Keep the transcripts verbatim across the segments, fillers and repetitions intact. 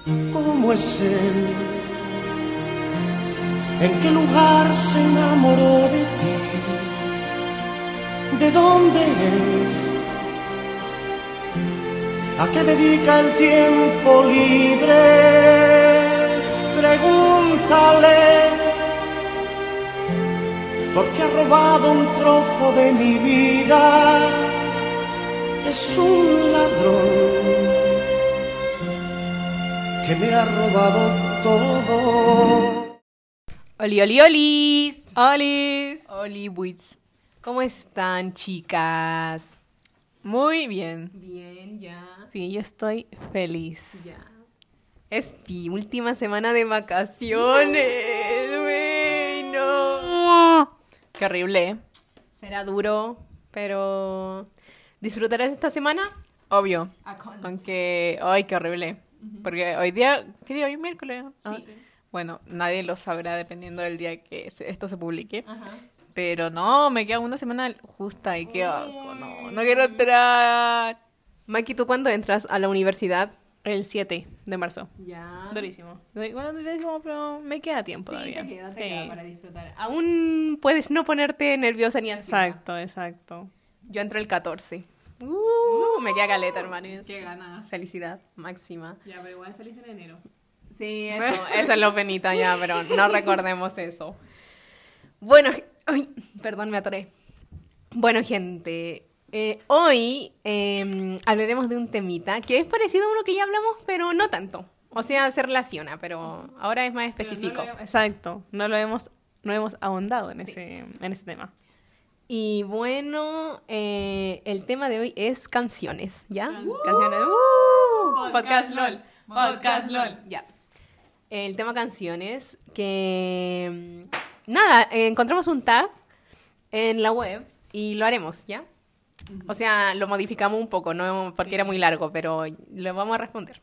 ¿Cómo es él? ¿En qué lugar se enamoró de ti? ¿De dónde es? ¿A qué dedica el tiempo libre? Pregúntale, porque ha robado un trozo de mi vida. Es un ladrón que me ha robado todo. Oli, oli, olis. Olis. Oli, buits. ¿Cómo están, chicas? Muy bien. Bien, ya. Sí, yo estoy feliz. Ya. Es mi última semana de vacaciones. Güey, no. Qué horrible. Será duro, pero ¿disfrutarás esta semana? Obvio. Aunque, ay, qué horrible. Porque hoy día, ¿qué día? Hoy miércoles. Ah, Sí. Bueno, nadie lo sabrá dependiendo del día que se- esto se publique. Ajá. Pero no, me queda una semana justa y qué asco. No, no quiero entrar. Maki, ¿tú cuándo entras a la universidad? El siete de marzo. Ya. Durísimo. Bueno, durísimo, pero me queda tiempo Sí, todavía. te queda, te Sí. queda para disfrutar. Aún puedes no ponerte nerviosa ni ansiosa. Exacto, exacto. Yo entro el catorce. Uh, me queda caleta, hermano. Qué ganas. Felicidad máxima. Ya, pero igual salís en enero. Sí, eso, eso es lo penita ya, pero no recordemos eso. Bueno, ge- ay, perdón, me atoré. Bueno, gente, eh, hoy eh, hablaremos de un temita que es parecido a uno que ya hablamos, pero no tanto. O sea, se relaciona, pero ahora es más específico. Exacto, no lo hemos, no hemos ahondado en, Sí. ese, en ese tema. Y bueno, eh, el tema de hoy es canciones, ¿ya? Canciones. Canciones. ¡Uh! Podcast LOL, podcast LOL. Ya. El tema canciones, que... mm, Nada, eh, encontramos un tag en la web y lo haremos, ¿ya? O sea, lo modificamos un poco, no porque era muy largo, pero lo vamos a responder.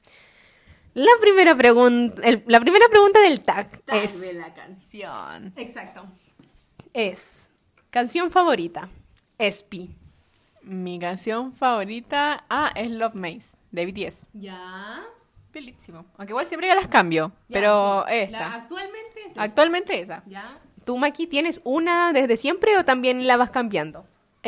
La primera pregunta, el- la primera pregunta del tag es... de la canción. Exacto. Es, canción favorita, Espi. Mi canción favorita, ah, es Love Maze, de B T S. Ya. Belísimo. Aunque igual siempre ya las cambio, pero esta. actualmente es esa. Actualmente esa. Ya. ¿Tú, Maki, tienes una desde siempre o también la vas cambiando?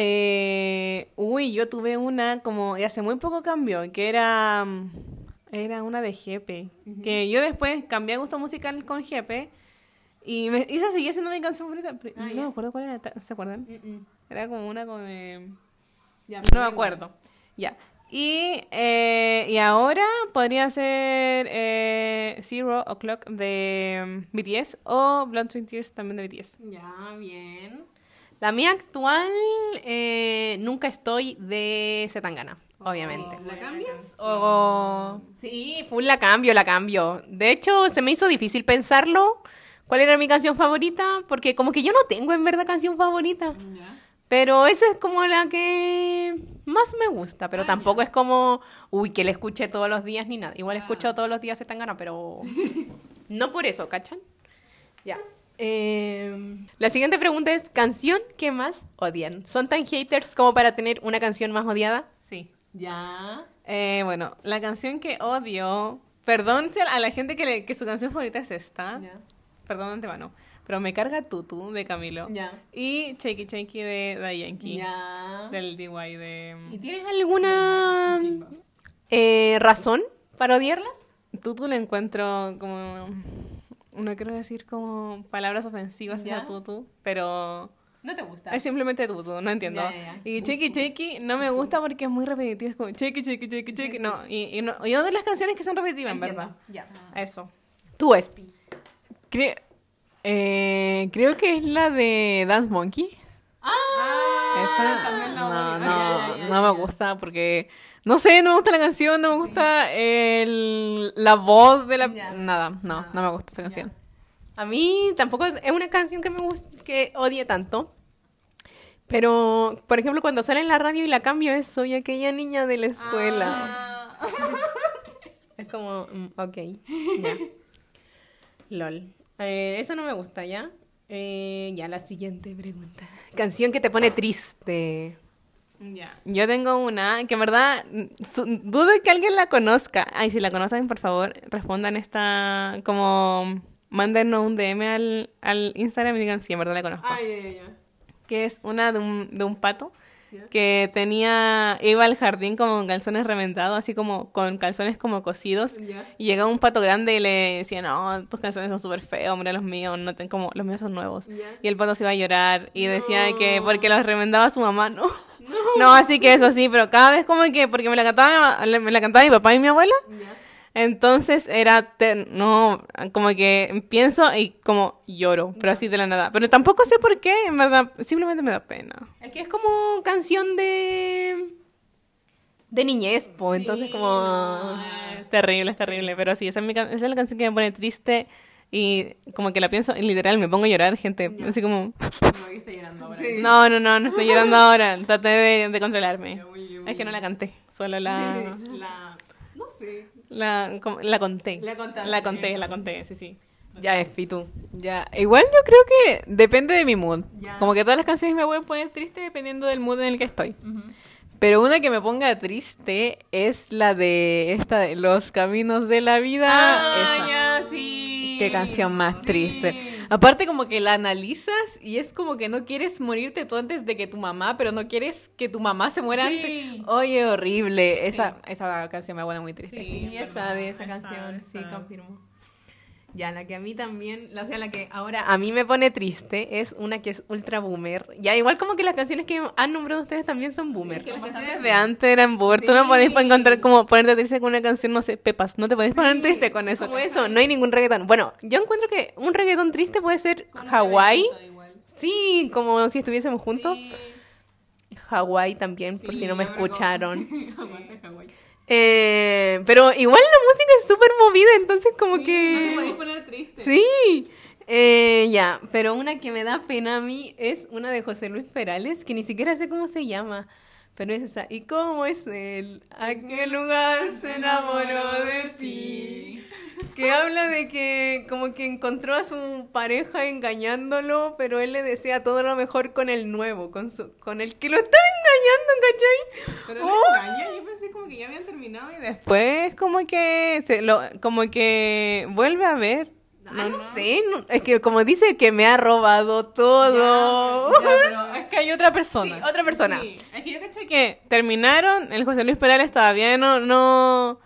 Eh, uy, yo tuve una como, y hace muy poco cambió, que era, mm, era una de Jepe. Que yo después cambié de gusto musical con Jepe. Y me, esa seguía siendo mi canción favorita. Pero Ah, no ya. me acuerdo cuál era, ¿se acuerdan? Era como una con... eh, Ya, no me acuerdo. Ya. Y, eh, y ahora podría ser eh, Zero O'Clock de mm, B T S o Blood, Sweat and Tears también de B T S. Ya, bien. La mía actual, eh, Nunca Estoy de Zetangana, obviamente. ¿La cambias? O... Sí, full la cambio, la cambio. De hecho, se me hizo difícil pensarlo. ¿Cuál era mi canción favorita? Porque como que yo no tengo en verdad canción favorita. Pero esa es como la que más me gusta. Pero tampoco es como, uy, que la escuché todos los días ni nada. Igual escucho todos los días Zetangana, pero no por eso, ¿cachan? Ya. Eh, la siguiente pregunta es, ¿canción que más odian? ¿Son tan haters como para tener una canción más odiada? Sí. Ya. Eh, bueno, la canción que odio... Perdón a la gente que, le- que su canción favorita es esta. Ya. Perdón de antemano. Pero me carga Tutu de Camilo. Ya. Y Shakey Shakey de Daddy Yankee. Ya. Del D Y de... ¿Y tienes alguna eh, razón para odiarlas? Tutu le encuentro como... No quiero decir como palabras ofensivas Ya. a Tutu, pero... No te gusta. Es simplemente Tutu, no entiendo. Ya, ya, ya. Y Shakey Shakey no me gusta porque es muy repetitivo. Es como Shakey Shakey Shakey Shakey. No, y, y no, yo odio las canciones que son repetitivas, en verdad. Ya. Eso. Tú, Espi. Creo, eh, creo que es la de Dance Monkey. Ah, Esa también la no, odio. no, Ya, ya, ya, no me gusta porque no sé, no me gusta la canción, no me gusta el, la voz de la Ya. nada, no, Nada. no me gusta esa canción. A mí tampoco es una canción que me guste, que odie tanto. Pero, por ejemplo, cuando sale en la radio y la cambio es Soy aquella niña de la escuela. Es como, mm, ok, ya. Lol. Eh, eso no me gusta, ¿ya? Eh, ya, la siguiente pregunta. Canción que te pone triste. Ya. Yo tengo una que en verdad su- dudo que alguien la conozca. Ay, si la conocen, por favor, respondan esta como mándenos un D M al, al Instagram y digan si en verdad la conozco. Ay, ay, ay. Que es una de un, de un pato Ya. que tenía, iba al jardín como con calzones reventados, así como con calzones como cosidos. Ya. Y llegaba un pato grande y le decía, no, tus calzones son súper feos, mira los míos, no ten, como, los míos son nuevos. Ya. Y el pato se iba a llorar y decía No. que porque los remendaba su mamá, no. No, así que eso sí, pero cada vez como que, porque me la cantaba, me la cantaba mi papá y mi abuela. Ya. Entonces era, ter- no, como que pienso y como lloro, pero así de la nada. Pero tampoco sé por qué, en verdad, simplemente me da pena. Es que es como canción de... De niñez, po. Entonces como... Es terrible, es terrible, pero sí, esa es, mi can- esa es la canción que me pone triste y como que la pienso y literal me pongo a llorar, gente, así como... Sí. No, no, no, no estoy llorando ahora, traté de, de controlarme. Es que no la canté, solo la... Sí, sí. La... No sé. La, como- la conté. La contaste. La conté, la conté, sí, sí. Ya es, Fitu. Ya, igual yo creo que depende de mi mood. Ya. Como que todas las canciones me pueden poner triste dependiendo del mood en el que estoy. Pero una que me ponga triste es la de esta de Los Caminos de la Vida. Ah, Esa. ya, sí. Qué canción más Sí. triste. Aparte como que la analizas y es como que no quieres morirte tú antes de que tu mamá, pero no quieres que tu mamá se muera Sí. antes. Oye, horrible. Esa, esa canción me pone muy triste. Sí, esa de esa esa, canción, sí, esa. confirmo. Ya, la que a mí también, la- o sea, la que ahora a mí me pone triste es una que es ultra boomer. Ya, igual como que las canciones que han nombrado ustedes también son boomer. Las canciones de antes eran boomer. Tú no Sí. podés encontrar como ponerte triste con una canción, no sé, Pepas. No te podés poner triste con eso. Como eso, no hay ningún reggaetón. Bueno, yo encuentro que un reggaetón triste puede ser Hawái. Sí, como si estuviésemos juntos. Hawái también, por si no me escucharon. Eh, pero igual la música es súper movida, entonces como que... poner triste. Sí, eh, ya, pero una que me da pena a mí es una de José Luis Perales, que ni siquiera sé cómo se llama, pero es esa. ¿Y cómo es él? ¿A qué lugar se enamoró de ti? Que habla de que como que encontró a su pareja engañándolo, pero él le desea todo lo mejor con el nuevo, con su, con el que lo está engañando, ¿cachai? Pero Oh. no engaña, yo pensé como que ya habían terminado y después como que se lo, como que vuelve a ver. Ah, no, sé, no- es que como dice que me ha robado todo. Ya, pero es que hay otra persona. Sí, otra persona. Sí, es que yo caché que terminaron, el José Luis Perales todavía no, no,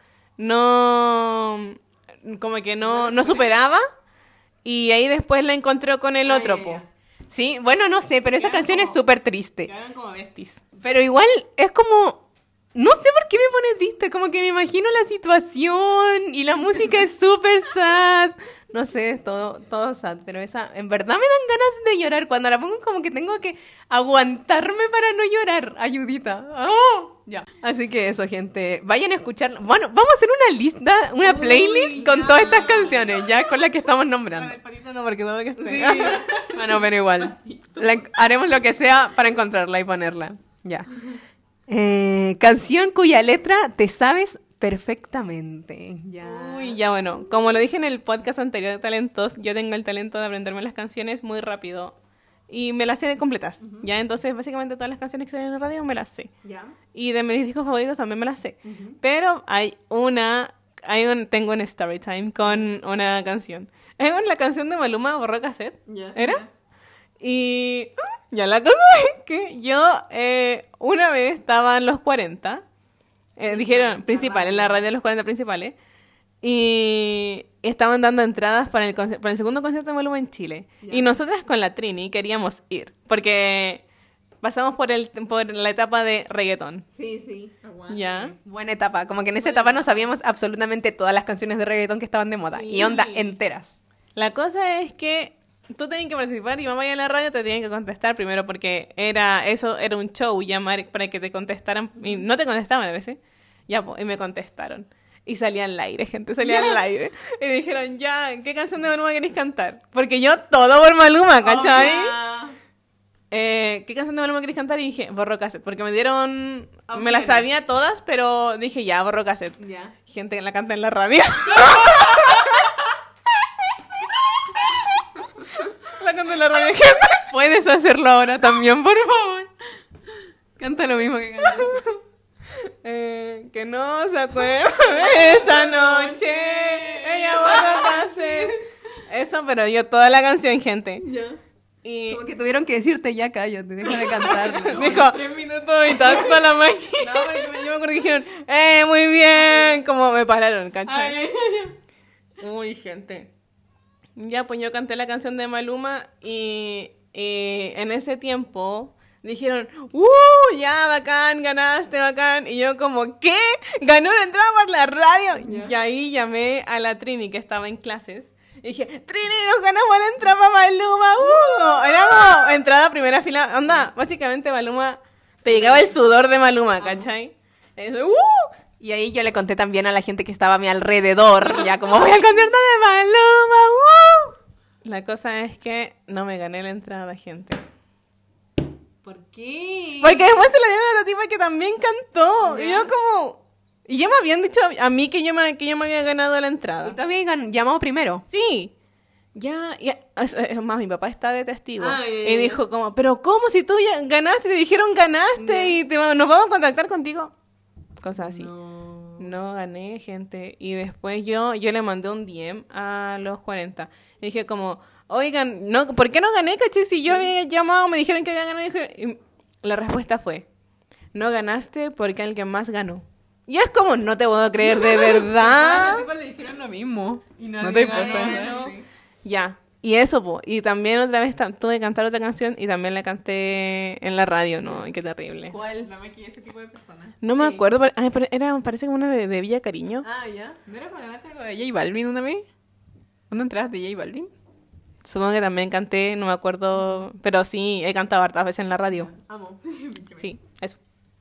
no, como que no, no superaba, y ahí después la encontró con el otro, ya, po. ya. Sí, bueno, no sé, pero esa Quedan canción es como- súper triste. Quedaron como besties. Pero igual es como... No sé por qué me pone triste, como que me imagino la situación y la música es súper sad. No sé, es todo, todo sad, pero esa, en verdad me dan ganas de llorar. Cuando la pongo como que tengo que aguantarme para no llorar. Ayudita. ¡Oh! Ya. Así que eso, gente. Vayan a escucharla. Bueno, vamos a hacer una lista, una playlist con todas estas canciones, ya con las que estamos nombrando. El patito no, porque todo lo que esté. Sí. Bueno, pero igual. La en- haremos lo que sea para encontrarla y ponerla. Ya. Eh, canción cuya letra te sabes perfectamente. Ya. Uy, ya bueno, como lo dije en el podcast anterior de Talentos, yo tengo el talento de aprenderme las canciones muy rápido y me las sé de completas. Ya, entonces básicamente todas las canciones que salen en la radio me las sé. Ya. Y de mis discos favoritos también me las sé. Pero hay una, hay un, tengo un story time con una canción. Es con la canción de Maluma, Borró Cassette. Ya. ¿Era? Y ah, ya la cosa es que yo eh, una vez estaba en los cuarenta, eh, dijeron, principal, en la radio de los cuarenta principales, y estaban dando entradas para el, conci- para el segundo concierto de Maluma en Chile. Ya. Y nosotras con la Trini queríamos ir, porque pasamos por, el, por la etapa de reggaetón. Sí, sí. ¿Ya? Buena etapa. Como que en esa etapa no sabíamos absolutamente todas las canciones de reggaetón que estaban de moda. Sí. Y onda enteras. La cosa es que tú tenías que participar y mamá y a la radio te tenían que contestar primero porque era eso era un show llamar para que te contestaran y no te contestaban a veces. Ya, po, y me contestaron. Y salía al aire, gente, salía al aire. Y dijeron, ya, ¿qué canción de Maluma queréis cantar? Porque yo todo por Maluma, ¿cachai? Eh, ¿qué canción de Maluma queréis cantar? Y dije, Borró Cassette, porque me dieron... Me las Opciones. sabía todas, pero dije, ya, Borró Cassette. Ya. Gente que la canta en la radio. La canta en la radio, gente. Puedes hacerlo ahora también, por favor. Canta lo mismo que canta. Eh, que no se acuerda de esa noche. Ella borra hace. Eso, pero yo toda la canción, gente. Ya. Y Como que tuvieron que decirte, ya cállate, deja de cantar. dijo, Tres minutos y tanto a la máquina. no, porque me- yo me acuerdo que dijeron, ¡eh, muy bien! Como me pararon, ¿cachai? Ay, ay, ay. Uy, gente. Ya, pues yo canté la canción de Maluma y, y en ese tiempo dijeron, ¡uh! Ya, bacán, ganaste, bacán. Y yo como, ¿qué? ¿Ganó una entrada por la radio? Ya. Y ahí llamé a la Trini que estaba en clases. Y dije, Trini, nos ganamos la entrada para Maluma. ¡Uh! Era como entrada a primera fila. Onda, básicamente Maluma, te llegaba el sudor de Maluma, ¿cachai? Eso, ¡uh! Y ahí yo le conté también a la gente que estaba a mi alrededor, ya como voy al concierto de Maluma. ¡Uh! La cosa es que no me gané la entrada, gente. ¿Por qué? Porque después se la dieron a la tipa que también cantó. Y yo como... Y ya me habían dicho a mí que yo me, que yo me había ganado la ¿Y entrada. tú habías gan- llamado primero? Sí. Ya, ya. Es, es más, mi papá está de testigo. Ah, ya, ya, y ya. dijo como, pero ¿cómo si tú ya ganaste? Te dijeron ganaste y te, va- nos vamos a contactar contigo. Cosas así. No. No gané, gente. Y después yo, yo le mandé un D M a los cuarenta. Y dije como, oigan, no, ¿por qué no gané, caché? Si yo había llamado, me dijeron que había ganado. Y dije- y la respuesta fue, no ganaste porque alguien más ganó. Y es como, no te puedo creer, de verdad. Tipo, le dijeron lo mismo. Y No te importa. ¿no? Ya. Y eso, po. Y también otra vez ta- tuve que cantar otra canción y también la canté en la radio, ¿no? Y qué terrible. ¿Cuál? La maquilla ese tipo de personas. No me Sí. acuerdo, pero- ay, pero era, parece como una de, de Villa Cariño. Ah, ya. ¿No era para ganarte algo de J Balvin una vez? ¿Cuándo entraste de J Balvin? Supongo que también canté, no me acuerdo, pero sí, he cantado hartas veces en la radio. Amo. Sí, eso.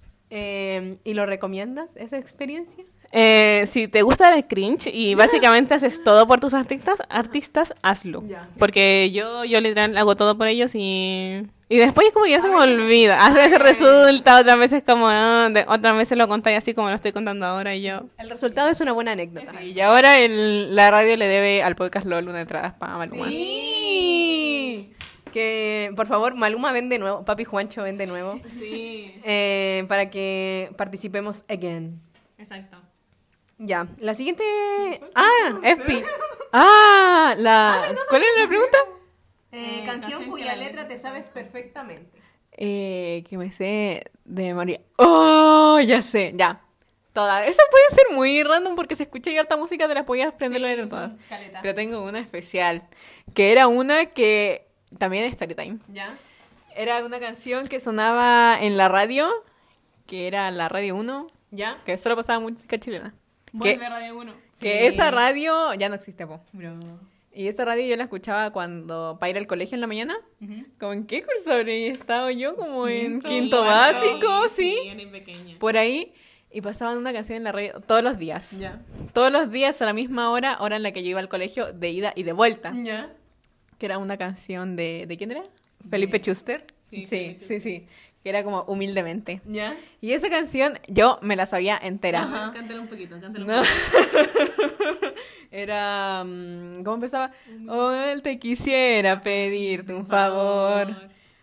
Eh, ¿Y lo recomiendas, esa experiencia? Eh, si te gusta el cringe y básicamente haces todo por tus artistas, artistas, hazlo. Ya. Porque yo, yo literal hago todo por ellos y... Y después es como que ya se me olvida. A veces resulta, otras veces como... ah, de- otras veces lo contáis así como lo estoy contando ahora y yo... El resultado es una buena anécdota. Sí, y ahora el, la radio le debe al podcast LOL una entrada para Maluma. Sí. Que, por favor, Maluma ven de nuevo, Papi Juancho ven de nuevo, Sí, eh, para que participemos again. exacto. Ya, la siguiente... Ah, F P. Ah, la... ¿Cuál era la pregunta? Eh, canción cuya letra te sabes perfectamente. Eh, que me sé de María. ¡Oh! Ya sé, ya. Todas. Eso puede ser muy random porque se escucha y harta música, te las podías aprender la letra todas. caleta. Pero tengo una especial. Que era una que también es Storytime. ¿Ya? Era una canción que sonaba en la radio, que era la Radio uno, ¿Ya? que solo pasaba música chilena. Que, Radio uno. que esa radio ya no existe, po. Y esa radio yo la escuchaba cuando para ir al colegio en la mañana. ¿Como en qué curso habría estado yo? Como en quinto básico, sí. pequeña. Por ahí. Y pasaban una canción en la radio todos los días. Ya. Todos los días a la misma hora, hora en la que yo iba al colegio, de ida y de vuelta. ¿Ya? Que era una canción de... ¿De quién era? Felipe Schuster. Sí, sí, sí. Que era como humildemente. ¿Ya? Y esa canción yo me la sabía entera. Ajá. Cántala un poquito, cántala un No. poquito. Era... mm, ¿Cómo empezaba? Oh, él te quisiera pedirte un favor.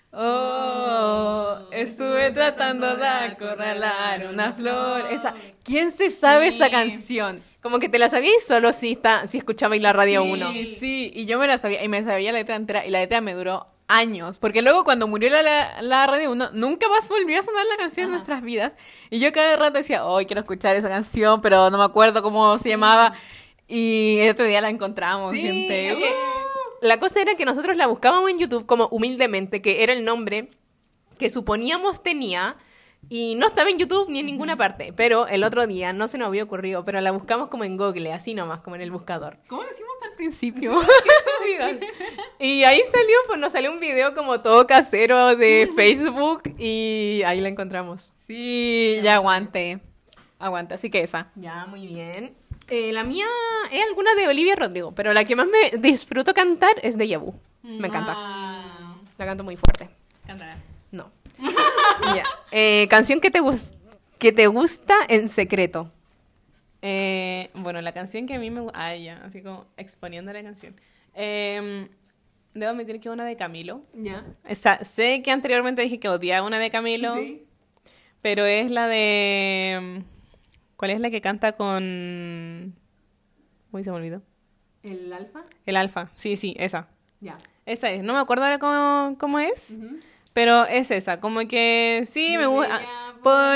Oh, estuve tratando de acorralar una flor. Esa, ¿quién se sabe Sí. esa canción? Como que te la sabías solo si, está, si escuchabais la radio uno. Sí, sí, y yo me la sabía, y me sabía la letra entera, y la letra me duró años, porque luego cuando murió la, la, la Radio uno, nunca más volvió a sonar la canción en nuestras vidas, y yo cada rato decía, hoy quiero escuchar esa canción, pero no me acuerdo cómo se llamaba, y el otro día la encontramos, Sí, gente. es que la cosa era que nosotros la buscábamos en YouTube como humildemente, que era el nombre que suponíamos tenía, y no estaba en YouTube ni en ninguna parte, pero el otro día no se nos había ocurrido, pero la buscamos como en Google, así nomás, como en el buscador. ¿Cómo decimos al principio? Y ahí salió, pues nos salió un video como todo casero de Facebook y ahí la encontramos. Sí, ya aguante, aguante, así que esa. Ya, muy bien. Eh, la mía es alguna de Olivia Rodrigo, pero la que más me disfruto cantar es de Yabu. Me encanta. Ah, La canto muy fuerte. cántala. No. Ya. Eh, canción que te, gus- que te gusta en secreto. Eh, bueno, la canción que a mí me gusta... Ah, ya, así como exponiendo la canción. Eh, debo admitir que una de Camilo. Ya. Esa- sé que anteriormente dije que odiaba una de Camilo. Sí. pero es la de... ¿Cuál es la que canta con... Uy, se me olvidó. ¿El alfa? El Alfa, sí, sí, esa. Ya. Esa es, no me acuerdo ahora cómo, cómo es, Ujú. pero es esa, como que sí, me Muy gusta, bella,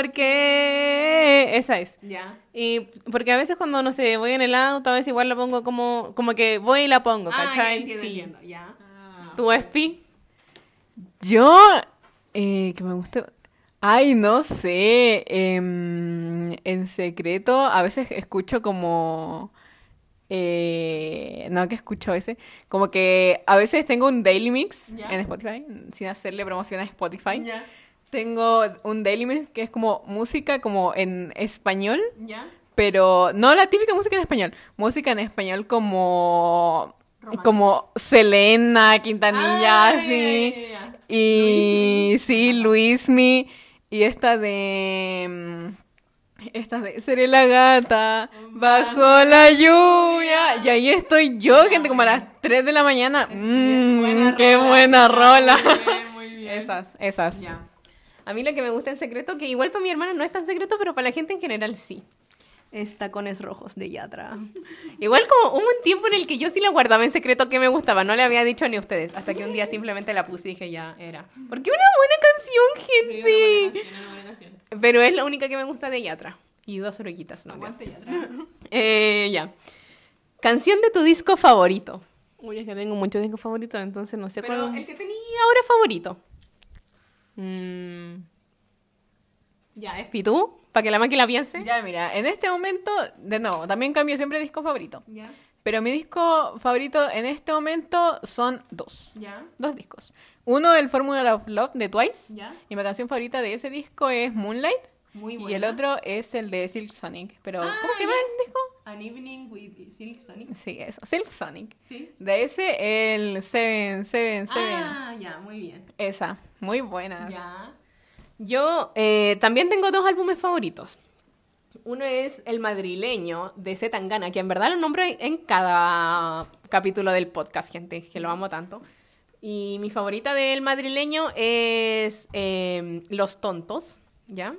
porque esa es. Ya. Y porque a veces cuando, no sé, voy en el auto, a veces igual la pongo como, como que voy y la pongo, Ah, ¿cachai? ya entiendo, Sí. entiendo, ya. ¿Tu Espi? Yo, eh, que me gusta... Ay, no sé. em, en secreto, a veces escucho como... eh, no, que escucho a veces. Como que a veces tengo un daily mix Ya. en Spotify, sin hacerle promoción a Spotify. Ya. Tengo un daily mix que es como música como en español, Ya. pero no la típica música en español. Música en español como... Romántica. Como Selena, Quintanilla, Ah, así. ya, ya, ya. Y sí, Luismi. Y esta de... mm, Esta de Seré la gata bajo la lluvia. Y ahí estoy yo, gente, como a las tres de la mañana. Mmm, buena qué rola. buena rola. Muy bien, muy bien. Esas, esas. Ya. A mí lo que me gusta en secreto, que igual para mi hermana no es tan secreto, pero para la gente en general sí. Es Tacones Rojos de Yatra. Igual como hubo un tiempo en el que yo sí la guardaba en secreto que me gustaba. No le había dicho ni a ustedes. Hasta que un día simplemente la puse y dije ya, era. Porque una buena canción, gente. Pero es la única que me gusta de Yatra. Y dos orejitas, ¿no? Aguante, Yatra. Eh, ya. Canción de tu disco favorito. Uy, es que tengo muchos discos favoritos, entonces no sé Pero cuál... el que tenía ahora favorito. Mm, Ya, es Pitu, para que la máquina piense. Ya, mira, en este momento, de nuevo, también cambio siempre de disco favorito. Ya, Pero mi disco favorito en este momento son dos. ya, Dos discos. Uno, el Formula of Love de Twice. ya. Y mi canción favorita de ese disco es Moonlight. Muy Y el otro es el de Silk Sonic. Pero, Ah, ¿cómo se llama ya. el disco? An Evening with Silk Sonic. Sí, eso. Silk Sonic. Sí. De ese, el Seven, Seven, Seven. Ah, ya, muy bien. Esa. Muy buena. Ya. Yo eh, también tengo dos álbumes favoritos. Uno es El Madrileño de C. Tangana, que en verdad lo nombro en cada capítulo del podcast, gente, que lo amo tanto. Y mi favorita del Madrileño es eh, Los Tontos, ¿ya?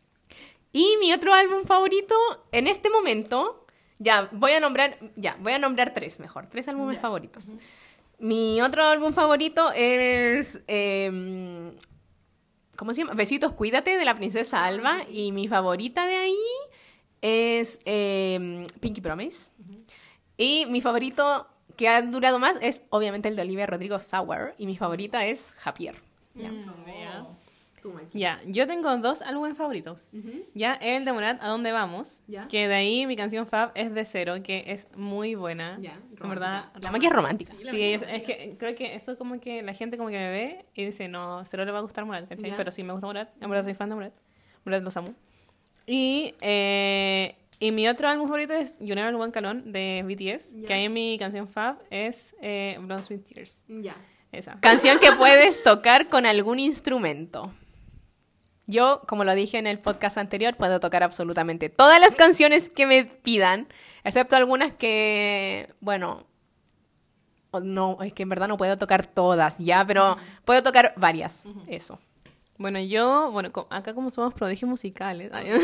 Y mi otro álbum favorito en este momento, ya, voy a nombrar, ya, voy a nombrar tres mejor, tres álbumes favoritos. Mi otro álbum favorito es... eh, ¿cómo se llama? Besitos, Cuídate, de la Princesa Alba. Y mi favorita de ahí es eh, Pinky Promise. Y mi favorito que ha durado más es obviamente el de Olivia Rodrigo, Sour. Y mi favorita es Happier. Ya. ya. Tú, Maki. Ya, yo tengo dos álbumes favoritos. Ujú. Ya, el de Morat, ¿A dónde vamos? Ya. Que de ahí mi canción Fab es de Cero, que es muy buena. Ya, en verdad. La Maki es romántica. Sí, es, es que creo que eso como que la gente como que me ve y dice, no, Cero le va a gustar Morat, ¿cachai? Ya. Pero sí me gusta Morat, en verdad soy fan de Morat. Morat los amo. Y, eh, y mi otro álbum favorito es You Never Walk Alone de B T S, Ya. que ahí mi canción Fab es eh, Blonde Sweet Tears. Ya. Esa. Canción que puedes tocar con algún instrumento. Yo, como lo dije en el podcast anterior, puedo tocar absolutamente todas las canciones que me pidan, excepto algunas que, bueno, o no, es que en verdad no puedo tocar todas, ya, pero puedo tocar varias, eso. Bueno, yo, bueno, co- acá como somos prodigios musicales, ay,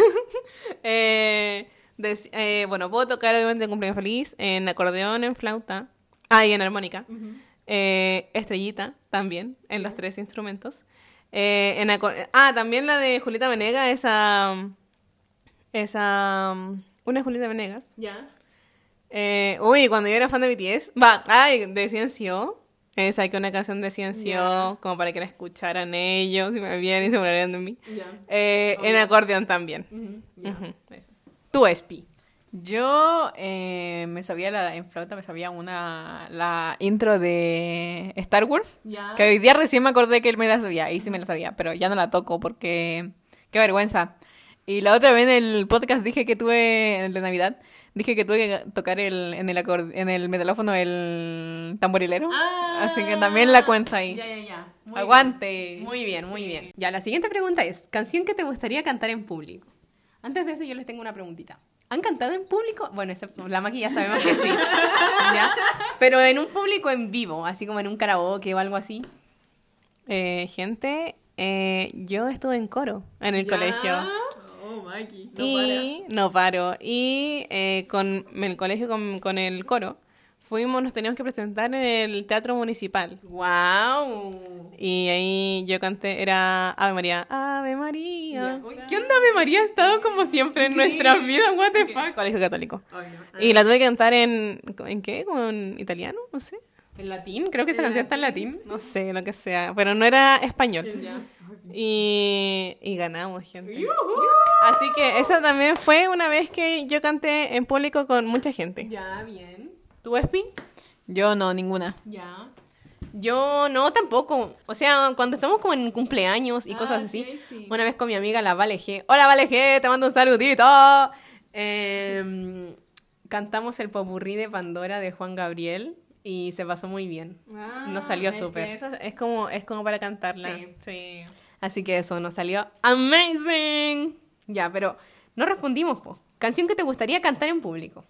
eh, dec- eh, bueno, puedo tocar obviamente en cumpleaños feliz, en acordeón, en flauta, ah, y en armónica, eh, estrellita también, en los tres instrumentos. Eh, en acor- ah, también la de Julieta Venegas, esa, esa, una de Julieta Venegas. Ya. Eh, uy, cuando yo era fan de B T S, va, ay, de Ciencio. Eh, saqué una canción de Ciencio Ya. como para que la escucharan ellos y me vieran y se murarían de mí. Ya. Eh, en Obvio. acordeón también. Ya. Ujú, esas. Tu Espi. Yo eh, me sabía la, en flauta, me sabía una la intro de Star Wars. Ya. Que hoy día recién me acordé que él me la sabía, y sí me la sabía, pero ya no la toco porque qué vergüenza. Y la otra vez en el podcast dije que tuve, en el de Navidad, dije que tuve que tocar el, en el acorde, en el metalófono el tamborilero. Así que también la cuento ahí. Ya, ya, ya. Muy Aguante. bien. Muy bien, muy bien. Ya, la siguiente pregunta es, ¿canción que te gustaría cantar en público? Antes de eso yo les tengo una preguntita. ¿Han cantado en público? Bueno, excepto la Maki ya sabemos que sí. ¿Ya? Pero en un público en vivo, así como en un karaoke o algo así. Eh, gente, eh, yo estuve en coro en el Ya. colegio. Oh, Maki. y no paro. Y eh, con el colegio, con, con el coro, fuimos, nos teníamos que presentar en el Teatro Municipal. ¡Wow! Y ahí yo canté, era Ave María, Ave María. ¿Qué onda, Ave María? Ha estado como siempre en nuestras vidas, what the fuck. Colegio católico. Ay, no. Y la tuve que cantar en, ¿en qué? ¿Como en italiano? No sé. ¿En latín? Creo que esa canción está en latín. No sé, lo que sea. Pero no era español. Ya. Y, y ganamos, gente. Así que esa también fue una vez que yo canté en público con mucha gente. Ya, bien. ¿Tú, Espi? Yo no, ninguna. Ya. Yo no, tampoco. O sea, cuando estamos como en cumpleaños y Ah, cosas ok, así. sí. Una vez con mi amiga, la Vale G. Hola, Vale G, te mando un saludito. Eh, cantamos el popurrí de Pandora de Juan Gabriel y se pasó muy bien. Nos salió es que súper. Eso es como, es como para cantarla. Sí. Sí. Así que eso, nos salió amazing. Ya, pero no respondimos, po. Canción que te gustaría cantar en público.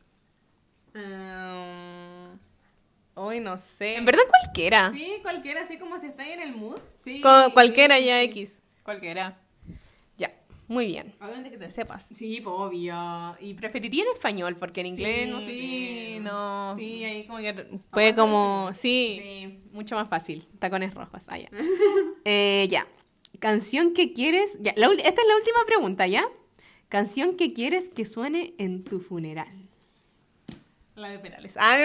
Um, Hoy no sé. En verdad cualquiera. Sí, cualquiera, así como si estáis en el mood. Sí, Co- cualquiera ya X. Cualquiera. Ya, muy bien. Obviamente que te sepas. Sí, po, obvio. Y preferiría en español, porque en inglés no sé. Sí, no. Sí, ahí como que puede como... Sí. Sí, mucho más fácil. Tacones rojos, ah, ya. Eh, ya. Canción que quieres... Ya, la ul- esta es la última pregunta, ¿ya? Canción que quieres que suene en tu funeral. La de Perales. Ah.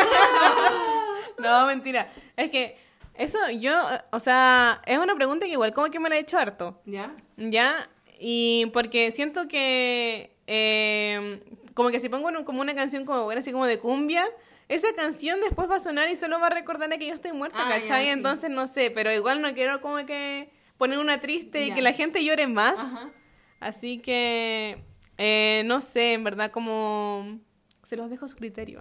No, mentira. Es que eso yo, o sea, es una pregunta que igual como que me la he hecho harto. ¿Ya? ¿Ya? Y porque siento que eh, como que si pongo un- como una canción como buena, así como de cumbia, esa canción después va a sonar y solo va a recordar a que yo estoy muerta, Ah, ya, ¿cachai? sí. Entonces no sé, pero igual no quiero como que poner una triste y Ya. que la gente llore más. Ajá. Así que eh, no sé, en verdad como se los dejo a su criterio.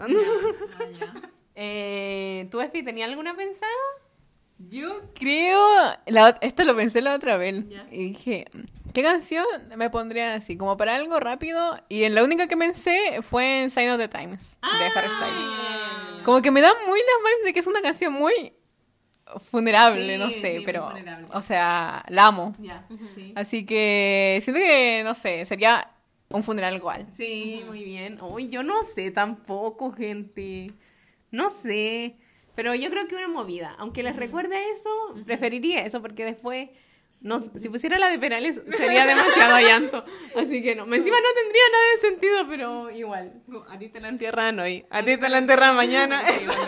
Eh, ¿Tú, Espi, tenías alguna pensada? Yo creo, la, ot- esto lo pensé la otra vez, Ya. y dije, ¿qué canción me pondrían así? Como para algo rápido, y en la única que pensé fue en Sign of the Times, de Harry Styles. Como que me da muy las vibes de que es una canción muy vulnerable, Sí, no sí, sé, muy pero, vulnerable. o sea, la amo. Ya, sí. Así que siento que, no sé, sería un funeral igual. Sí, muy bien. Uy, yo no sé tampoco, gente. No sé. Pero yo creo que una movida. Aunque les recuerde eso, preferiría eso porque después, no, si pusiera la de Perales, sería demasiado llanto. Así que no. Encima no tendría nada de sentido, pero igual. No, a ti te la entierran hoy, a ti te la entierran mañana.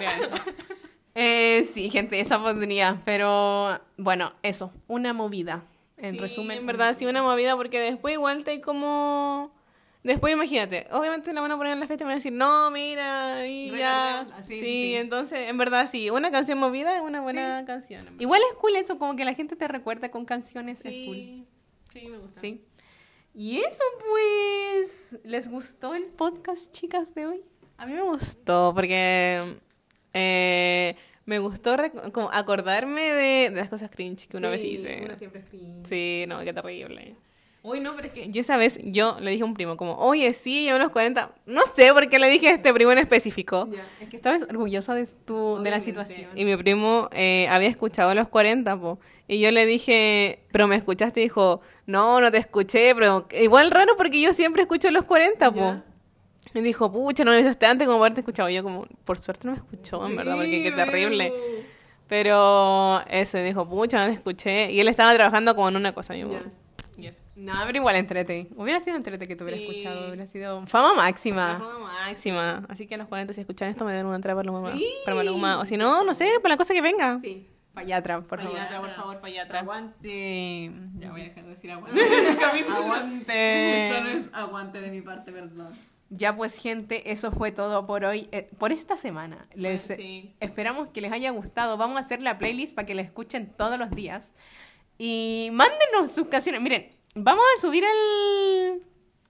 Eh, sí, gente, esa pondría. Pero bueno, eso. Una movida. En Sí, resumen. en verdad, sí, una movida, porque después igual te hay como... Después imagínate, obviamente la van a poner en la fiesta y van a decir, no, mira, y ya. Regatearla, sí, Sí, sí. entonces, en verdad, sí, una canción movida es una buena canción. en verdad. Igual es cool eso, como que la gente te recuerda con canciones. Es cool. Sí, sí, me gusta. Sí. Y eso, pues, ¿les gustó el podcast, chicas, de hoy? A mí me gustó, porque eh, me gustó rec- como acordarme de, de las cosas cringe que una vez hice. Uno siempre es cringe. Sí, no, qué terrible. Uy, no, pero es que yo esa vez, yo le dije a un primo, como, oye, sí, yo unos cuarenta. No sé por qué le dije a este primo en específico. Ya, es que estabas orgullosa de, tu, de la Obviamente. situación. Y mi primo eh, había escuchado los cuarenta, po. Y yo le dije, ¿pero me escuchaste? Y dijo, no, no te escuché, pero igual raro porque yo siempre escucho los cuarenta, po. Ya. Me dijo, pucha, no me avisaste antes como haberte escuchado. Y yo como, por suerte no me escuchó, en verdad, porque qué terrible. Pero eso, y dijo, pucha, no te escuché. Y él estaba trabajando como en una cosa. Y yo, Ya. y eso. No, pero igual entrete. Hubiera sido entrete que te hubiera Sí. escuchado. Hubiera sido fama La máxima. fama máxima. Así que a los cuarenta, si escuchan esto, me den una entrada para Maluma. Sí. Para Maluma. O si no, no sé, para la cosa que venga. Sí. Para allá atrás, por favor. Para por favor, para allá atrás. Aguante. Ya voy a dejar de decir aguante. Aguante. Solo es aguante de mi parte, perdón. Ya pues, gente, eso fue todo por hoy, eh, por esta semana. Les Bueno, sí. esperamos que les haya gustado. Vamos a hacer la playlist para que la escuchen todos los días. Y mándenos sus canciones. Miren, vamos a subir el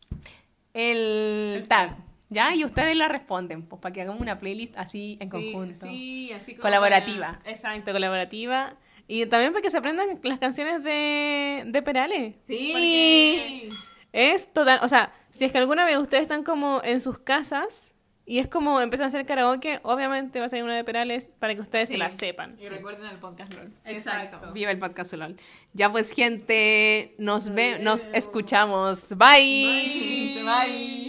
el tag, ¿ya? Y ustedes la responden, pues para que hagamos una playlist así en conjunto. Sí, así como Colaborativa. para- Exacto, colaborativa. Y también para que se aprendan las canciones de, de Perales. Sí. Es total, o sea, si es que alguna vez ustedes están como en sus casas Y es como empiezan a hacer karaoke, obviamente va a ser una de Perales para que ustedes Sí. se la sepan. Y recuerden el podcast LOL. Exacto. Viva el podcast LOL. Ya pues, gente, nos ve, nos escuchamos. Bye. Bye. Bye.